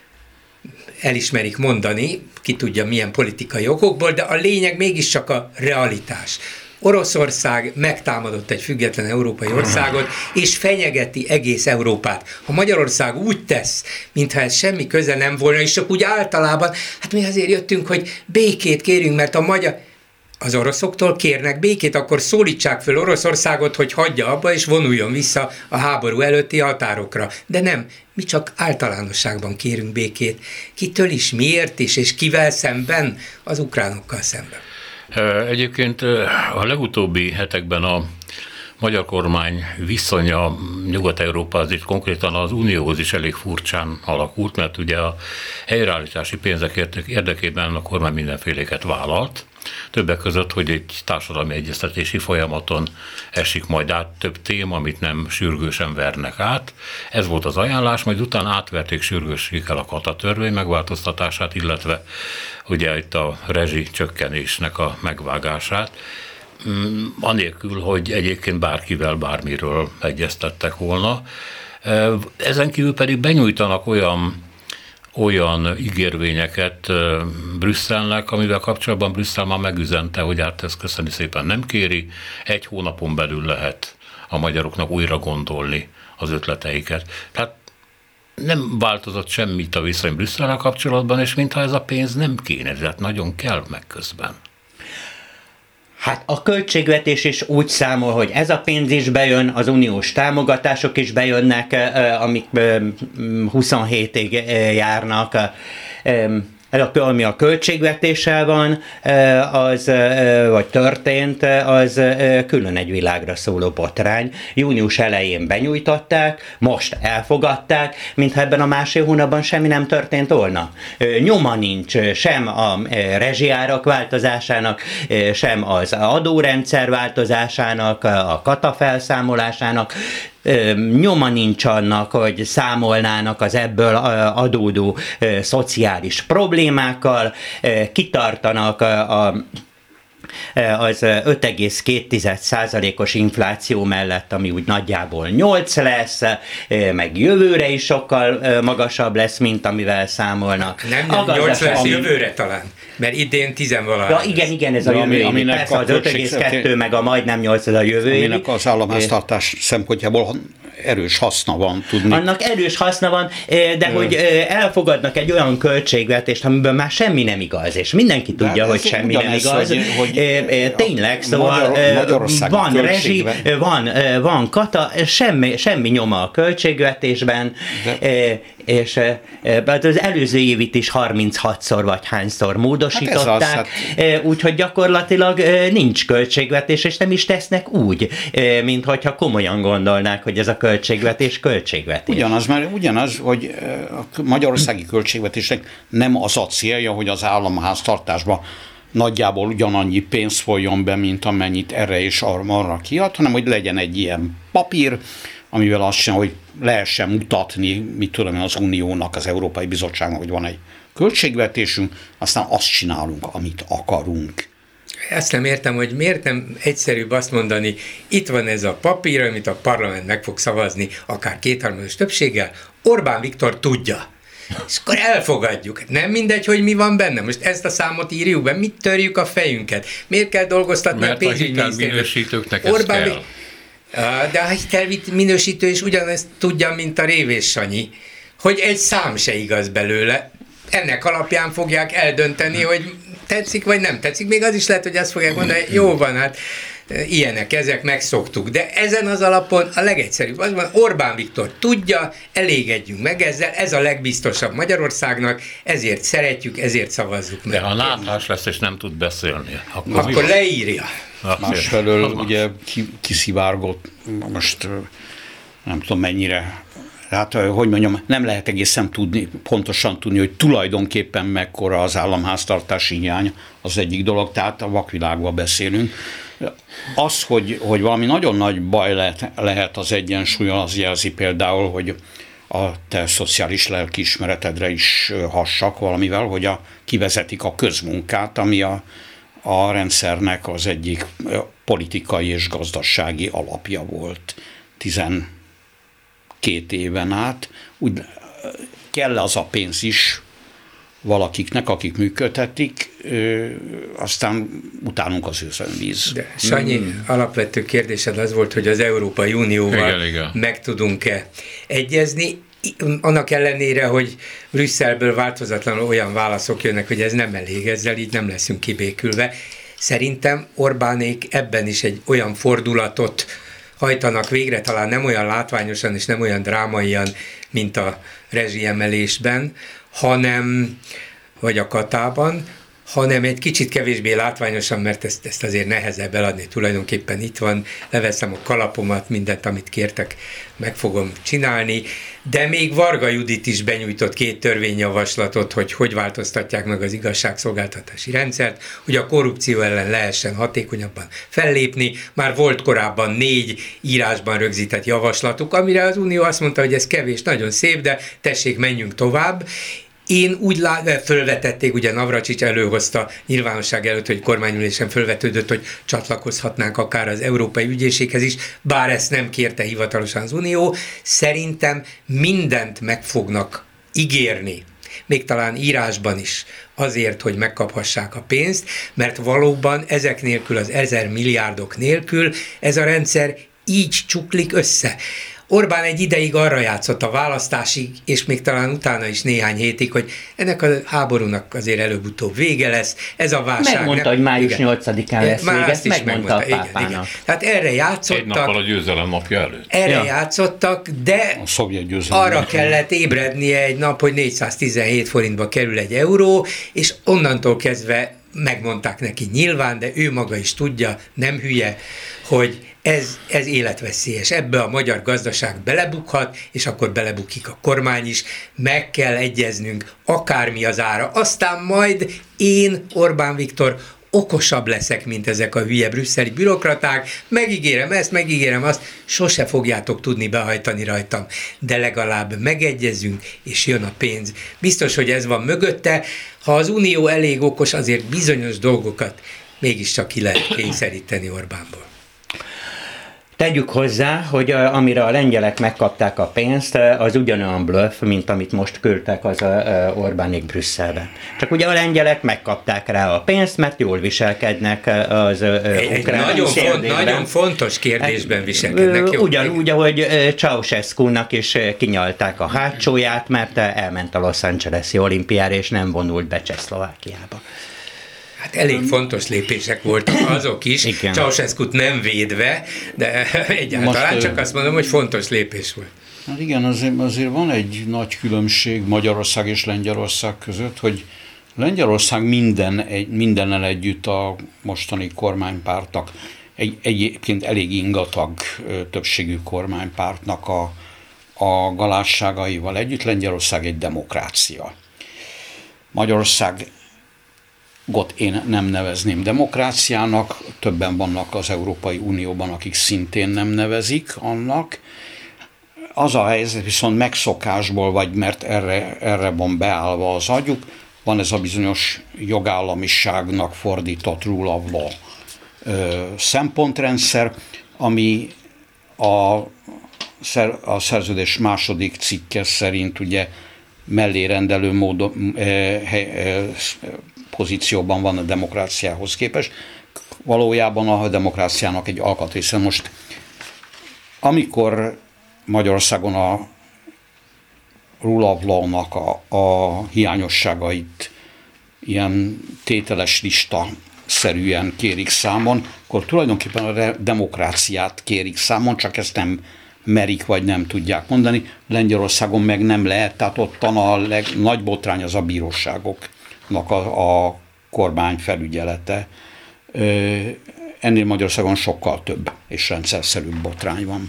elismerik mondani, ki tudja milyen politikai okokból, de a lényeg mégiscsak a realitás. Oroszország megtámadott egy független európai országot, és fenyegeti egész Európát. Ha Magyarország úgy tesz, mintha ez semmi köze nem volna, és csak úgy általában, hát mi azért jöttünk, hogy békét kérünk, mert a magyar... Az oroszoktól kérnek békét, akkor szólítsák föl Oroszországot, hogy hagyja abba, és vonuljon vissza a háború előtti határokra. De nem, mi csak általánosságban kérünk békét. Kitől is, miért is, és kivel szemben? Az ukránokkal szemben. Egyébként a legutóbbi hetekben a magyar kormány viszonya Nyugat-Európához, itt konkrétan az Unióhoz is elég furcsán alakult, mert ugye a helyreállítási pénzek érdekében a kormány mindenféléket vállalt, Többek között, hogy egy társadalmi egyeztetési folyamaton esik majd át több téma, amit nem sürgősen vernek át. Ez volt az ajánlás, majd utána átverték sürgősséggel a kata törvény megváltoztatását, illetve ugye itt a rezsi csökkenésnek a megvágását, anélkül, hogy egyébként bárkivel bármiről egyeztettek volna. Ezen kívül pedig benyújtanak olyan olyan ígérvényeket Brüsszelnek, amivel kapcsolatban Brüsszel már megüzente, hogy hát ezt köszöni szépen nem kéri, egy hónapon belül lehet a magyaroknak újra gondolni az ötleteiket. Tehát nem változott semmit a viszony Brüsszellel kapcsolatban, és mintha ez a pénz nem kéne, tehát nagyon kell meg közben. Hát a költségvetés is úgy számol, hogy ez a pénz is bejön, az uniós támogatások is bejönnek, amik huszonhétig járnak, ami a költségvetéssel van, az, vagy történt, az külön egy világra szóló botrány. Június elején benyújtották, most elfogadták, mintha ebben a másfél hónapban semmi nem történt volna. Nyoma nincs sem a rezsiárak változásának, sem az adórendszer változásának, a kata felszámolásának, nyoma nincs annak, hogy számolnának az ebből adódó szociális problémákkal, kitartanak a az öt egész két százalékos infláció mellett, ami úgy nagyjából nyolc lesz, meg jövőre is sokkal magasabb lesz, mint amivel számolnak. Nem, nem nyolc lesz ami... jövőre talán, mert idén tizenvalahány. Ja, igen, igen, ez a jövő. Ami, persze az öt egész kettő meg a majdnem nyolc ez a jövő. Aminek az államháztartás szempontjából erős haszna van, tudni. Annak erős haszna van, de hogy elfogadnak egy olyan költségvetést, amiből már semmi nem igaz, és mindenki tudja, hogy semmi nem igaz. Hogy, hogy tényleg, szóval Magyar, van rezsi, van, van kata, semmi, semmi nyoma a költségvetésben, de... és az előző évit is harminchatszor vagy hányszor módosították, hát az, úgyhogy gyakorlatilag nincs költségvetés, és nem is tesznek úgy, mint hogyha komolyan gondolnák, hogy ez a költségvetés költségvetés. Ugyanaz, mert ugyanaz, hogy a magyarországi költségvetésnek nem az a célja, hogy az államháztartásban nagyjából ugyanannyi pénz folyjon be, mint amennyit erre és arra kiad, hanem hogy legyen egy ilyen papír, amivel azt sem, hogy lehessen mutatni, mit tudom én, az Uniónak, az Európai Bizottságnak, hogy van egy költségvetésünk, aztán azt csinálunk, amit akarunk. Ezt nem értem, hogy miért nem egyszerűbb azt mondani, itt van ez a papír, amit a parlament meg fog szavazni, akár kétharmados többséggel, Orbán Viktor tudja. És akkor elfogadjuk. Nem mindegy, hogy mi van benne. Most ezt a számot írjuk be, mit törjük a fejünket? Miért kell dolgoztatni mert a pénzügyminisztériumot? Mert a hitelminősítőknek ez Orbán kell. De a hitelminősítő is ugyanezt tudja, mint a Révés Sanyi, hogy egy szám se igaz belőle. Ennek alapján fogják eldönteni, hogy tetszik vagy nem tetszik. Még az is lehet, hogy azt fogják mondani, hogy jó van, hát ilyenek, ezek megszoktuk. De ezen az alapon a legegyszerűbb az van, Orbán Viktor tudja, elégedjünk meg ezzel, ez a legbiztosabb Magyarországnak, ezért szeretjük, ezért szavazzuk meg. De ha náthás lesz és nem tud beszélni, akkor, akkor leírja. Másfelől ugye kiszivárgott, most nem tudom mennyire, hát hogy mondjam, nem lehet egészen tudni, pontosan tudni, hogy tulajdonképpen mekkora az államháztartási hiány, az egyik dolog, tehát a vakvilágban beszélünk. Az, hogy, hogy valami nagyon nagy baj lehet, lehet az egyensúlyon, az jelzi például, hogy a te szociális lelkiismeretedre is hassak valamivel, hogy a, kivezetik a közmunkát, ami a, a rendszernek az egyik politikai és gazdasági alapja volt tizenkét éven át. Úgy kell az a pénz is valakiknek, akik működtetik, ö, aztán utánunk az őszönvíz. De Sanyi, mm. alapvető kérdésed az volt, hogy az Európai Unióval igen, igen. meg tudunk-e egyezni, annak ellenére, hogy Brüsszelből változatlanul olyan válaszok jönnek, hogy ez nem elég, ezzel így nem leszünk kibékülve. Szerintem Orbánék ebben is egy olyan fordulatot hajtanak végre, talán nem olyan látványosan és nem olyan drámaian, mint a rezsiemelésben, hanem, vagy a katában, hanem egy kicsit kevésbé látványosan, mert ezt, ezt azért nehezebb eladni. Tulajdonképpen itt van, leveszem a kalapomat, mindent, amit kértek, meg fogom csinálni, de még Varga Judit is benyújtott két törvényjavaslatot, hogy hogy változtatják meg az igazságszolgáltatási rendszert, hogy a korrupció ellen lehessen hatékonyabban fellépni. Már volt korábban négy írásban rögzített javaslatuk, amire az Unió azt mondta, hogy ez kevés, nagyon szép, de tessék, menjünk tovább. Én úgy lá- fölvetették, ugye Navracsics előhozta nyilvánosság előtt, hogy kormányülésen fölvetődött, hogy csatlakozhatnánk akár az Európai Ügyészséghez is, bár ezt nem kérte hivatalosan az Unió. Szerintem mindent meg fognak ígérni, még talán írásban is, azért, hogy megkaphassák a pénzt, mert valóban ezek nélkül, az ezer milliárdok nélkül ez a rendszer így csuklik össze. Orbán egy ideig arra játszott a választásig, és még talán utána is néhány hétig, hogy ennek a háborúnak azért előbb-utóbb vége lesz, ez a válság. Megmondta, nem, hogy május nyolcadikán lesz vége, ezt megmondta a pápának. Igen, igen. Tehát erre játszottak. Egy nappal a győzelem napja előtt. Erre ja. játszottak, de arra kellett ébrednie egy nap, hogy négyszáztizenhét forintba kerül egy euró, és onnantól kezdve megmondták neki nyilván, de ő maga is tudja, nem hülye, hogy Ez, ez életveszélyes. Ebbe a magyar gazdaság belebukhat, és akkor belebukik a kormány is. Meg kell egyeznünk, akármi az ára. Aztán majd én, Orbán Viktor, okosabb leszek, mint ezek a hülye brüsszeli bürokraták. Megígérem ezt, megígérem azt, sose fogjátok tudni behajtani rajtam. De legalább megegyezünk, és jön a pénz. Biztos, hogy ez van mögötte. Ha az Unió elég okos, azért bizonyos dolgokat mégiscsak ki lehet kényszeríteni Orbánból. Tegyük hozzá, hogy amire a lengyelek megkapták a pénzt, az ugyanolyan bluff, mint amit most küldtek az Orbánék Brüsszelbe. Csak ugye a lengyelek megkapták rá a pénzt, mert jól viselkednek az ukrán nagyon, font, nagyon fontos kérdésben viselkednek. Jó? Ugyanúgy, ahogy Ceausescu-nak is kinyalták a hátsóját, mert elment a Los Angeles-i olimpiára, és nem vonult be Csehszlovákiába. Hát elég fontos lépések voltak azok is, Ceausescut nem védve, de egyáltalán most, csak azt mondom, hogy fontos lépés volt. Hát igen, azért, azért van egy nagy különbség Magyarország és Lengyelország között, hogy Lengyelország minden, egy, mindennel együtt a mostani kormánypártnak, egy, egyébként elég ingatag többségű kormánypártnak a, a galásságaival együtt, Lengyelország egy demokrácia. Magyarország Got én nem nevezném demokráciának, többen vannak az Európai Unióban, akik szintén nem nevezik annak. Az a helyzet viszont megszokásból, vagy mert erre, erre van beállva az agyuk, van ez a bizonyos jogállamiságnak fordított rule of law ö, szempontrendszer, ami a, szer, a szerződés második cikke szerint ugye mellérendelő módon ö, ö, pozícióban van a demokráciához képest. Valójában a demokráciának egy alkatrésze. Most, amikor Magyarországon a rule of law-nak a, a hiányosságait ilyen tételes lista szerűen kérik számon, akkor tulajdonképpen a demokráciát kérik számon, csak ezt nem merik, vagy nem tudják mondani. Lengyelországon meg nem lehet, tehát ottan a leg, nagy botrány az a bíróságok. A, a kormány felügyelete. Ennél Magyarországon sokkal több és rendszerszerűbb botrány van.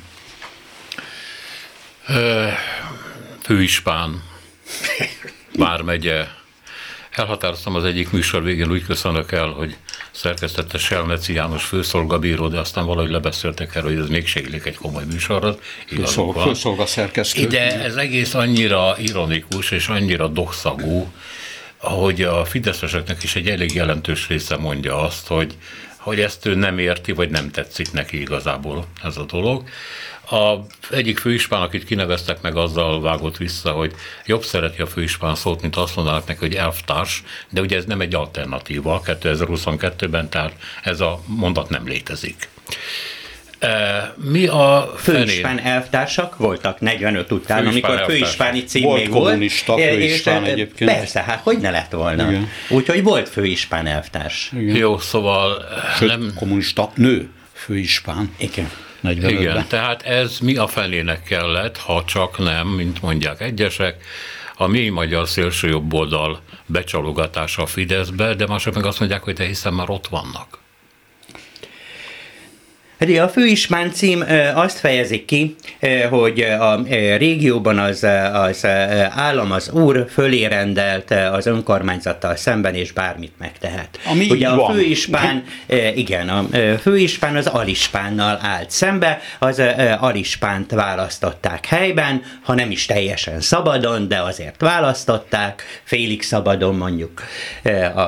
Főispán, Vármegye. Elhatároztam az egyik műsor végén, úgy köszönök el, hogy szerkesztette Selmeci János főszolgabíró, de aztán valahogy lebeszéltek erről, hogy ez még segítik egy komoly műsorra. Főszolga szerkesztő. De ez egész annyira ironikus és annyira dokszagú, ahogy a fideszeseknek is egy elég jelentős része mondja azt, hogy, hogy ezt ő nem érti, vagy nem tetszik neki igazából ez a dolog. A egyik főispán, akit kineveztek meg, azzal vágott vissza, hogy jobb szereti a főispán szót, mint azt mondanak neki, hogy elvtárs, de ugye ez nem egy alternatíva kétezer-huszonkettőben, tehát ez a mondat nem létezik. Mi a főispán elvtársak voltak negyvenöt után, főispán amikor főispáni cím volt még volt. Kommunista főispán és, egyébként. Persze, hát hogy ne lett volna. Úgyhogy volt főispán elvtárs. Igen. Jó, szóval... Sőt, nem... kommunista nő főispán. Igen. Igen, tehát ez mi a felének kellett, ha csak nem, mint mondják egyesek, a mély magyar szélsőjobb oldal becsalogatása a Fideszbe, de mások meg azt mondják, hogy de hiszen már ott vannak. A főispán cím azt fejezi ki, hogy a régióban az, az állam, az úr fölé rendelt az önkormányzattal szemben, és bármit megtehet. Ami ugye a van. főispán, igen, a főispán az alispánnal állt szembe, az alispánt választották helyben, ha nem is teljesen szabadon, de azért választották, félig szabadon mondjuk a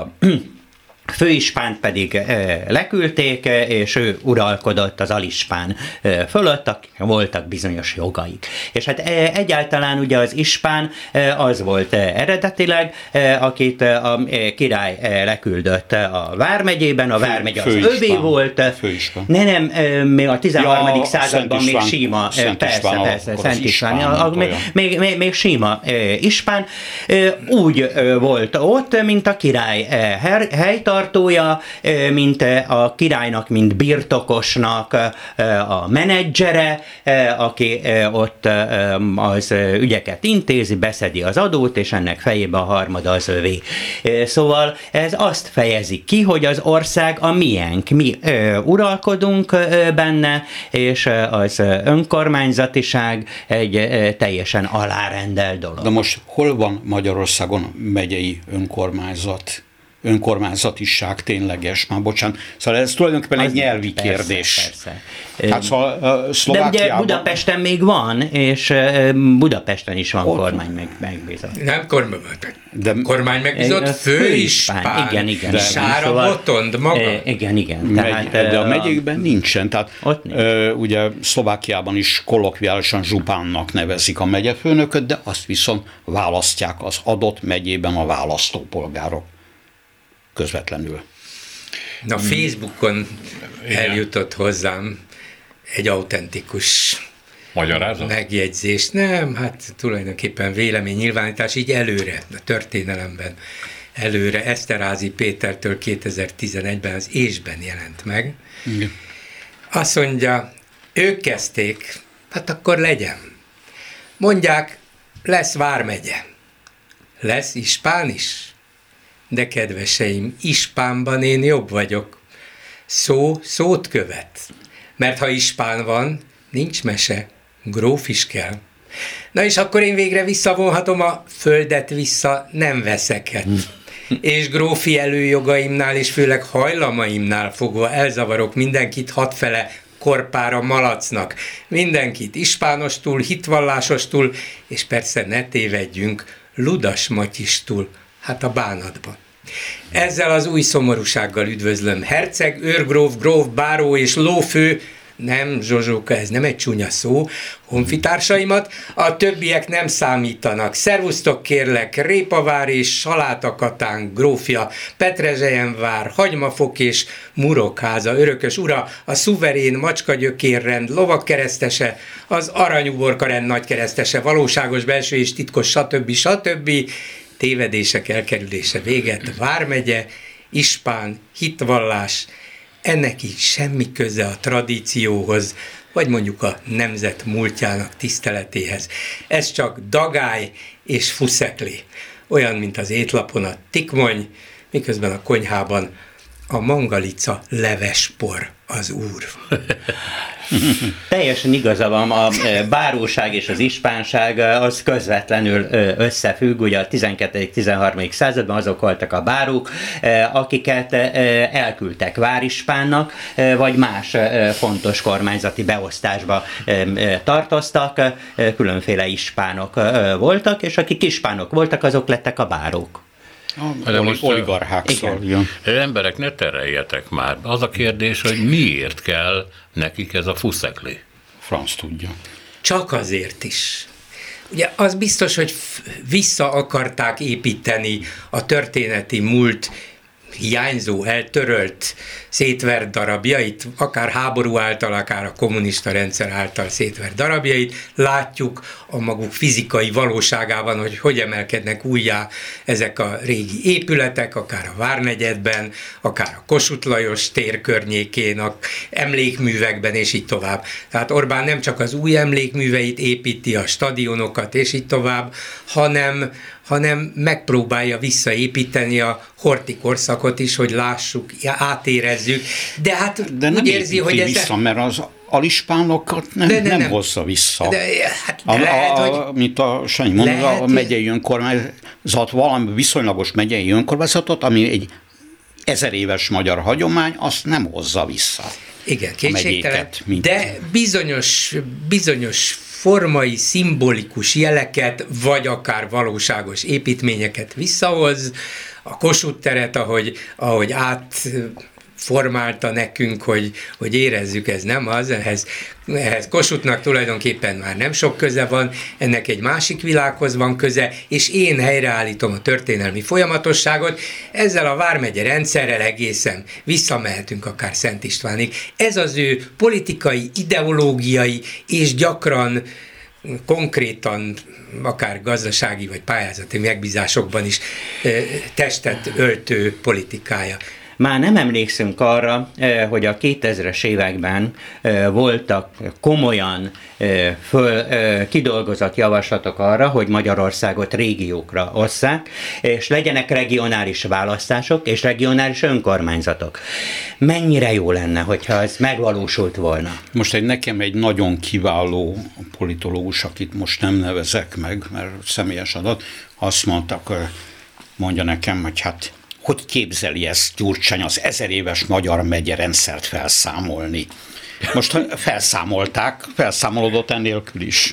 főispánt pedig e, leküldték, és ő uralkodott az alispán e, fölött, voltak bizonyos jogaik. És hát e, egyáltalán ugye az ispán e, az volt e, eredetileg, e, akit a e, király e, leküldött a Vármegyében, a Vármegy az övé volt. Főispán. Ne, nem, e, még a tizenharmadik ja, században még síma, Szent persze, István, persze, Szent István, István, a, még, még, még, még síma e, ispán, e, úgy e, volt ott, mint a király e, her, helytartója, tartója, mint a királynak, mint birtokosnak a menedzsere, aki ott az ügyeket intézi, beszedi az adót, és ennek fejében a harmada az övé. Szóval ez azt fejezi ki, hogy az ország a miénk, mi uralkodunk benne, és az önkormányzatiság egy teljesen alárendelt dolog. De most hol van Magyarországon megyei önkormányzat? Önkormányzatiság tényleges, már bocsánat. Szóval ez tulajdonképpen az egy nyelvi persze, kérdés. Persze. Hát szóval Szlovákiában... De ugye Budapesten még van, és Budapesten is van ott kormány meg, megbízott. Nem kormány, de kormány megbízott, főispán. főispán. Igen, igen. De Sára szóval, Botond maga. Igen, igen. Megy, tehát, de a megyékben nincsen. Tehát ott nincs. Ugye Szlovákiában is kolokviálisan zsupánnak nevezik a megyefőnököt, de azt viszont választják az adott megyében a választópolgárok közvetlenül. Na, Facebookon igen. eljutott hozzám egy autentikus magyarázat? Megjegyzés. Nem, hát tulajdonképpen véleménynyilvánítás így előre, a történelemben előre. Eszterházy Pétertől kétezer-tizenegyben az Ésben jelent meg. Igen. Azt mondja, ők kezdték, hát akkor legyen. Mondják, lesz Vármegye. Lesz ispán is? De kedveseim, ispánban én jobb vagyok. Szó szót követ. Mert ha ispán van, nincs mese, gróf is kell. Na és akkor én végre visszavonhatom a földet vissza, nem veszeket. És grófi előjogaimnál és főleg hajlamaimnál fogva elzavarok mindenkit hatfele korpára malacnak. Mindenkit ispánostul, hitvallásostul, és persze ne tévedjünk, Ludas Matyistul, hát a bánatban. Ezzel az új szomorúsággal üdvözlöm herceg, őrgróf, gróf, báró és lófő, nem, Zsozsóka, ez nem egy csúnya szó, honfitársaimat, a többiek nem számítanak. Szervusztok kérlek, Répavár és Salátakatán grófja, Petrezselyenvár, Hagymafok és Murokháza örökös ura, a szuverén macskagyökérrend lovakkeresztese, az aranyuborkarend nagykeresztese, valóságos belső és titkos, stb. stb. Tévedések elkerülése véget, Vármegye, ispán, hitvallás, ennek így semmi köze a tradícióhoz, vagy mondjuk a nemzet múltjának tiszteletéhez. Ez csak dagály és fuszekli. Olyan, mint az étlapon a tikmony, miközben a konyhában a mangalica levespor az úr. Teljesen igaza van, a báróság és az ispánság az közvetlenül összefügg, ugye a tizenkettedik-tizenharmadik században azok voltak a bárók, akiket elküldtek várispánnak, vagy más fontos kormányzati beosztásba tartoztak, különféle ispánok voltak, és akik ispánok voltak, azok lettek a bárók. De most oligarchák szól. Emberek, ne tereljetek már. Az a kérdés, hogy miért kell nekik ez a fuszekli? Franc tudja. Csak azért is. Ugye az biztos, hogy vissza akarták építeni a történeti múlt hiányzó, eltörölt, szétvert darabjait, akár háború által, akár a kommunista rendszer által szétvert darabjait, látjuk a maguk fizikai valóságában, hogy hogy emelkednek újjá ezek a régi épületek, akár a Várnegyedben, akár a Kossuth Lajos tér környékén, a emlékművekben, és így tovább. Tehát Orbán nem csak az új emlékműveit építi, a stadionokat, és így tovább, hanem hanem megpróbálja visszaépíteni a Horthy korszakot is, hogy lássuk, átérezzük, de hát de úgy érzi, hogy ez... vissza, mert az alispánokat nem, de, de nem, nem hozza vissza. De, hát a, lehet, a, hogy... Mint a Sanyi mondta, a megyei önkormányzat, valami viszonylagos megyei önkormányzatot, ami egy ezer éves magyar hagyomány, azt nem hozza vissza. Igen, kétségtelen, de bizonyos, bizonyos formai, szimbolikus jeleket, vagy akár valóságos építményeket visszahoz. A Kossuth teret, ahogy, ahogy átformálta nekünk, hogy, hogy érezzük, ez nem az, ehhez, ehhez Kossuthnak tulajdonképpen már nem sok köze van, ennek egy másik világhoz van köze, és én helyreállítom a történelmi folyamatosságot, ezzel a vármegye rendszerrel egészen visszamehetünk akár Szent Istvánig. Ez az ő politikai, ideológiai és gyakran konkrétan, akár gazdasági vagy pályázati megbízásokban is testet öltő politikája. Már nem emlékszünk arra, hogy a kétezres években voltak komolyan föl, kidolgozott javaslatok arra, hogy Magyarországot régiókra osszák, és legyenek regionális választások és regionális önkormányzatok. Mennyire jó lenne, hogyha ez megvalósult volna? Most egy nekem egy nagyon kiváló politológus, akit most nem nevezek meg, mert személyes adat, azt mondtak, mondja nekem, hogy hát hogy képzeli ezt Gyurcsány az ezer éves magyar megye rendszert felszámolni. Most felszámolták, felszámolódott ennélkül is.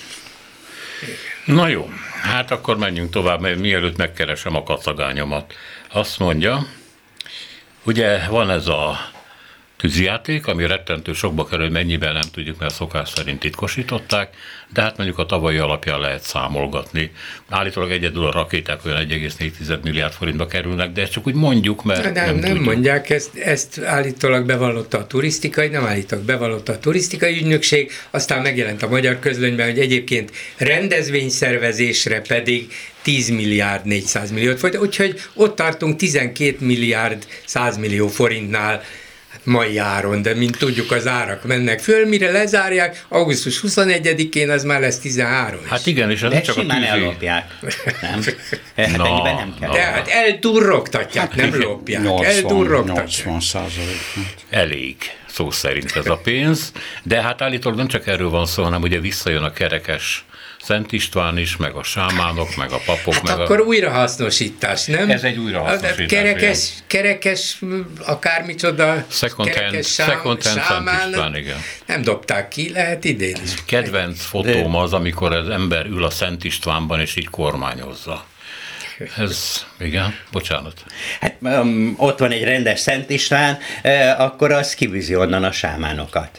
Na jó, hát akkor menjünk tovább, mert mielőtt megkeresem a kacagányomat. Azt mondja, ugye van ez a tűzijáték, ami rettentő sokba kerül, mennyiben nem tudjuk, mert szokás szerint titkosították, de hát mondjuk a tavalyi alapján lehet számolgatni. Állítólag egyedül a rakéták olyan egy egész négy milliárd forintba kerülnek, de ezt csak úgy mondjuk, mert nem, nem, nem tudjuk. mondják, ezt, ezt állítólag bevallotta a turisztikai, nem állítólag bevallotta a turisztikai ügynökség, aztán megjelent a magyar közlönyben, hogy egyébként rendezvényszervezésre pedig tíz milliárd négyszáz milliót folyt, úgyhogy ott tartunk tizenkét milliárd száz millió forintnál mai áron, de mint tudjuk, az árak mennek föl, mire lezárják, augusztus huszonegyedikén az már lesz tizenhárom is. Hát igen, és ez de csak a tűzi. ellopják. Nem? Hát no, nem kell. De hát eldurrogtatják, hát, nem lopják. Eldurrogtatják. nyolcvan százalék. Elég, szó szerint ez a pénz, de hát állítólag nem csak erről van szó, hanem ugye visszajön a kerekes Szent István is, meg a sámánok, meg a papok. Hát meg akkor a... újrahasznosítás, nem? Ez egy újrahasznosítás. Kerekes, kerekes akármicsoda, Second hand, kerekes sám, second hand sámán, Szent István, igen. Nem dobták ki, lehet idén is. Kedvenc fotóm az, amikor az ember ül a Szent Istvánban, és így kormányozza. Ez, igen, bocsánat. Hát um, ott van egy rendes Szent István, eh, akkor az kivizi onnan a sámánokat.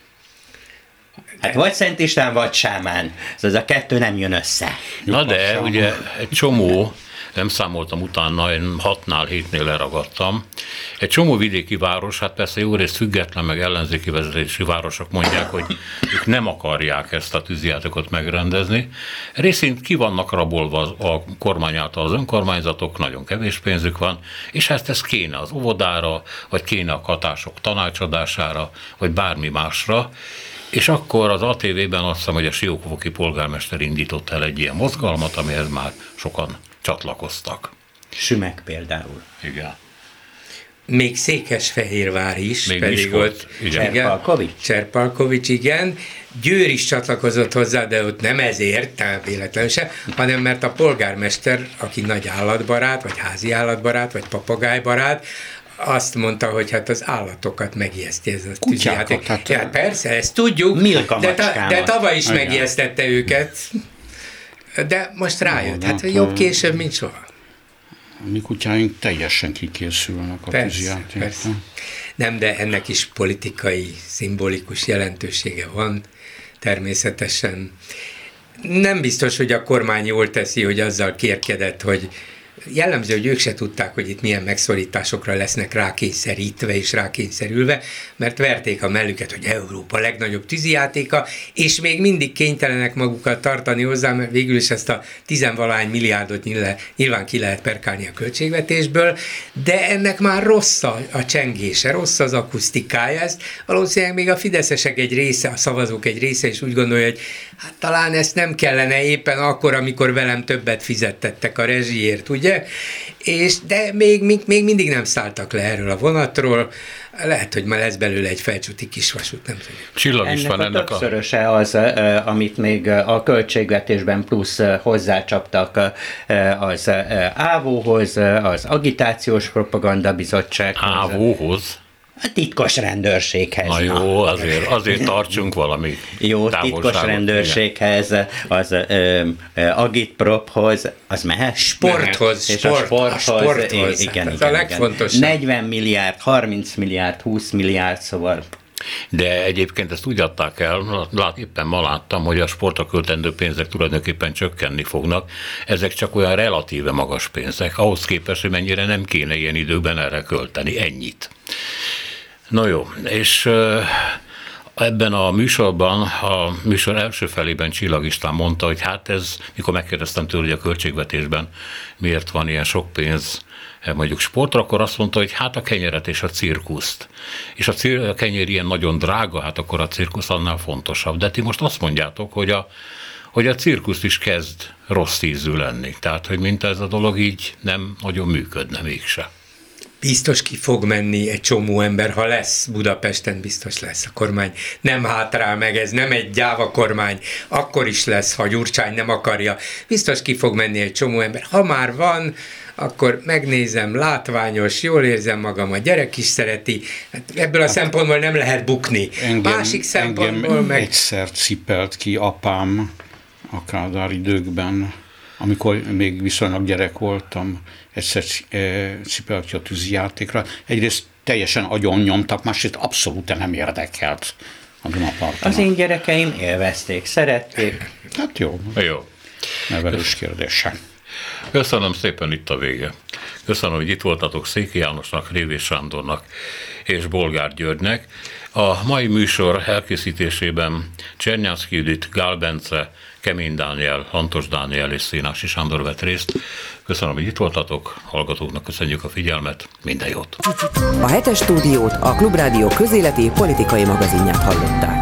Hát vagy Szent István, vagy sámán. Ez a kettő nem jön össze. Na de, ugye egy csomó, nem számoltam utána, én hatnál, hétnél leragadtam. Egy csomó vidéki város, hát persze jó részt független, meg ellenzéki vezetési városok mondják, hogy ők nem akarják ezt a tűzijátékot megrendezni. Részint ki vannak rabolva a kormány által az önkormányzatok, nagyon kevés pénzük van, és hát ez kéne az óvodára, vagy kéne a katások tanácsadására, vagy bármi másra. És akkor az á té vében azt hiszem, hogy a siófoki polgármester indított el egy ilyen mozgalmat, amihez már sokan csatlakoztak. Sümek például. Igen. Még Székesfehérvár is, Még pedig Miskolc, ott igen. Cserpalkovics. Cserpalkovics, igen. Győr is csatlakozott hozzá, de ott nem ezért, tehát véletlenül se, hanem mert a polgármester, aki nagy állatbarát, vagy házi állatbarát, vagy papagájbarát, azt mondta, hogy hát az állatokat megijeszti ez a tűzijáték. Hát, ja, persze, ezt tudjuk, de, ta, de tavaly is igen. megijesztette őket. De most rájött, hát jobb később, mint soha. A mi kutyáink teljesen kikészülnek a tűzijátékra. Nem, de ennek is politikai, szimbolikus jelentősége van, természetesen. Nem biztos, hogy a kormány jól teszi, hogy azzal kérkedett, hogy jellemző, hogy ők se tudták, hogy itt milyen megszorításokra lesznek rákényszerítve és rákényszerülve, mert verték a mellüket, hogy Európa legnagyobb tűzijátéka, és még mindig kénytelenek magukat tartani hozzá, mert végül is ezt a tizenvalahány milliárdot nyilván ki lehet perkálni a költségvetésből, de ennek már rossz a, a csengése, rossz az akusztikája, ezt valószínűleg még a fideszesek egy része, a szavazók egy része is úgy gondolja, hogy hát talán ezt nem kellene éppen akkor, amikor velem többet fizettettek a rezsiért, ugye? És de még, még, még mindig nem szálltak le erről a vonatról, lehet, hogy már lesz belőle egy felcsúti kisvasút, nem tudom. Csillag is van ennek a többszöröse az, amit még a költségvetésben plusz hozzácsaptak az ávóhoz, az agitációs propaganda bizottsághoz. Ávóhoz? A titkos rendőrséghez. Na jó, azért, azért tartsunk valami jó, titkos rendőrséghez, az ö, ö, agitprophoz, az mehet? Sporthoz. És sport, a sporthoz. A sporthoz. Igen, hát igen, a legfontosabb. negyven milliárd, harminc milliárd, húsz milliárd, szóval... De egyébként ezt úgy adták el, lát, éppen ma láttam, hogy a sportra költendő pénzek tulajdonképpen csökkenni fognak. Ezek csak olyan relatíve magas pénzek, ahhoz képest, hogy mennyire nem kéne ilyen időben erre költeni, ennyit. No jó, és ebben a műsorban, a műsor első felében Csillag István mondta, hogy hát ez, mikor megkérdeztem tőle, hogy a költségvetésben miért van ilyen sok pénz mondjuk sportra, akkor azt mondta, hogy hát a kenyeret és a cirkuszt. És a, cir- a kenyér ilyen nagyon drága, hát akkor a cirkusz annál fontosabb. De ti most azt mondjátok, hogy a, hogy a cirkusz is kezd rossz ízű lenni. Tehát, hogy mint ez a dolog így nem nagyon működne mégse. Biztos ki fog menni egy csomó ember, ha lesz Budapesten, biztos lesz a kormány. Nem hátrál meg, ez nem egy gyáva kormány, akkor is lesz, ha Gyurcsány nem akarja. Biztos ki fog menni egy csomó ember. Ha már van, akkor megnézem, látványos, jól érzem magam, a gyerek is szereti. Hát ebből a hát szempontból nem lehet bukni. Engem, Másik szempontból engem meg... egyszer cipelt ki apám a Kádár időkben, amikor még viszonylag gyerek voltam, egyszer cipelt ki a tűzijátékra. Egyrészt teljesen agyon nyomtak, másrészt abszolút nem érdekelt a Dunaparton. Az én gyerekeim élvezték, szerették. Hát jó. Jó. Nevelős kérdése. Köszönöm szépen, itt a vége. Köszönöm, hogy itt voltatok Székely Jánosnak, Révés Sándornak és Bolgár Györgynek. A mai műsor elkészítésében Csernyánszky Judit, Gál Bence, Kemény Dániel, Lantos Dániel és Szénási Sándor vett részt. Köszönöm, hogy itt voltatok, hallgatóknak köszönjük a figyelmet, minden jót! A hetes stúdiót, a Klubrádió közéleti politikai magazinját hallották.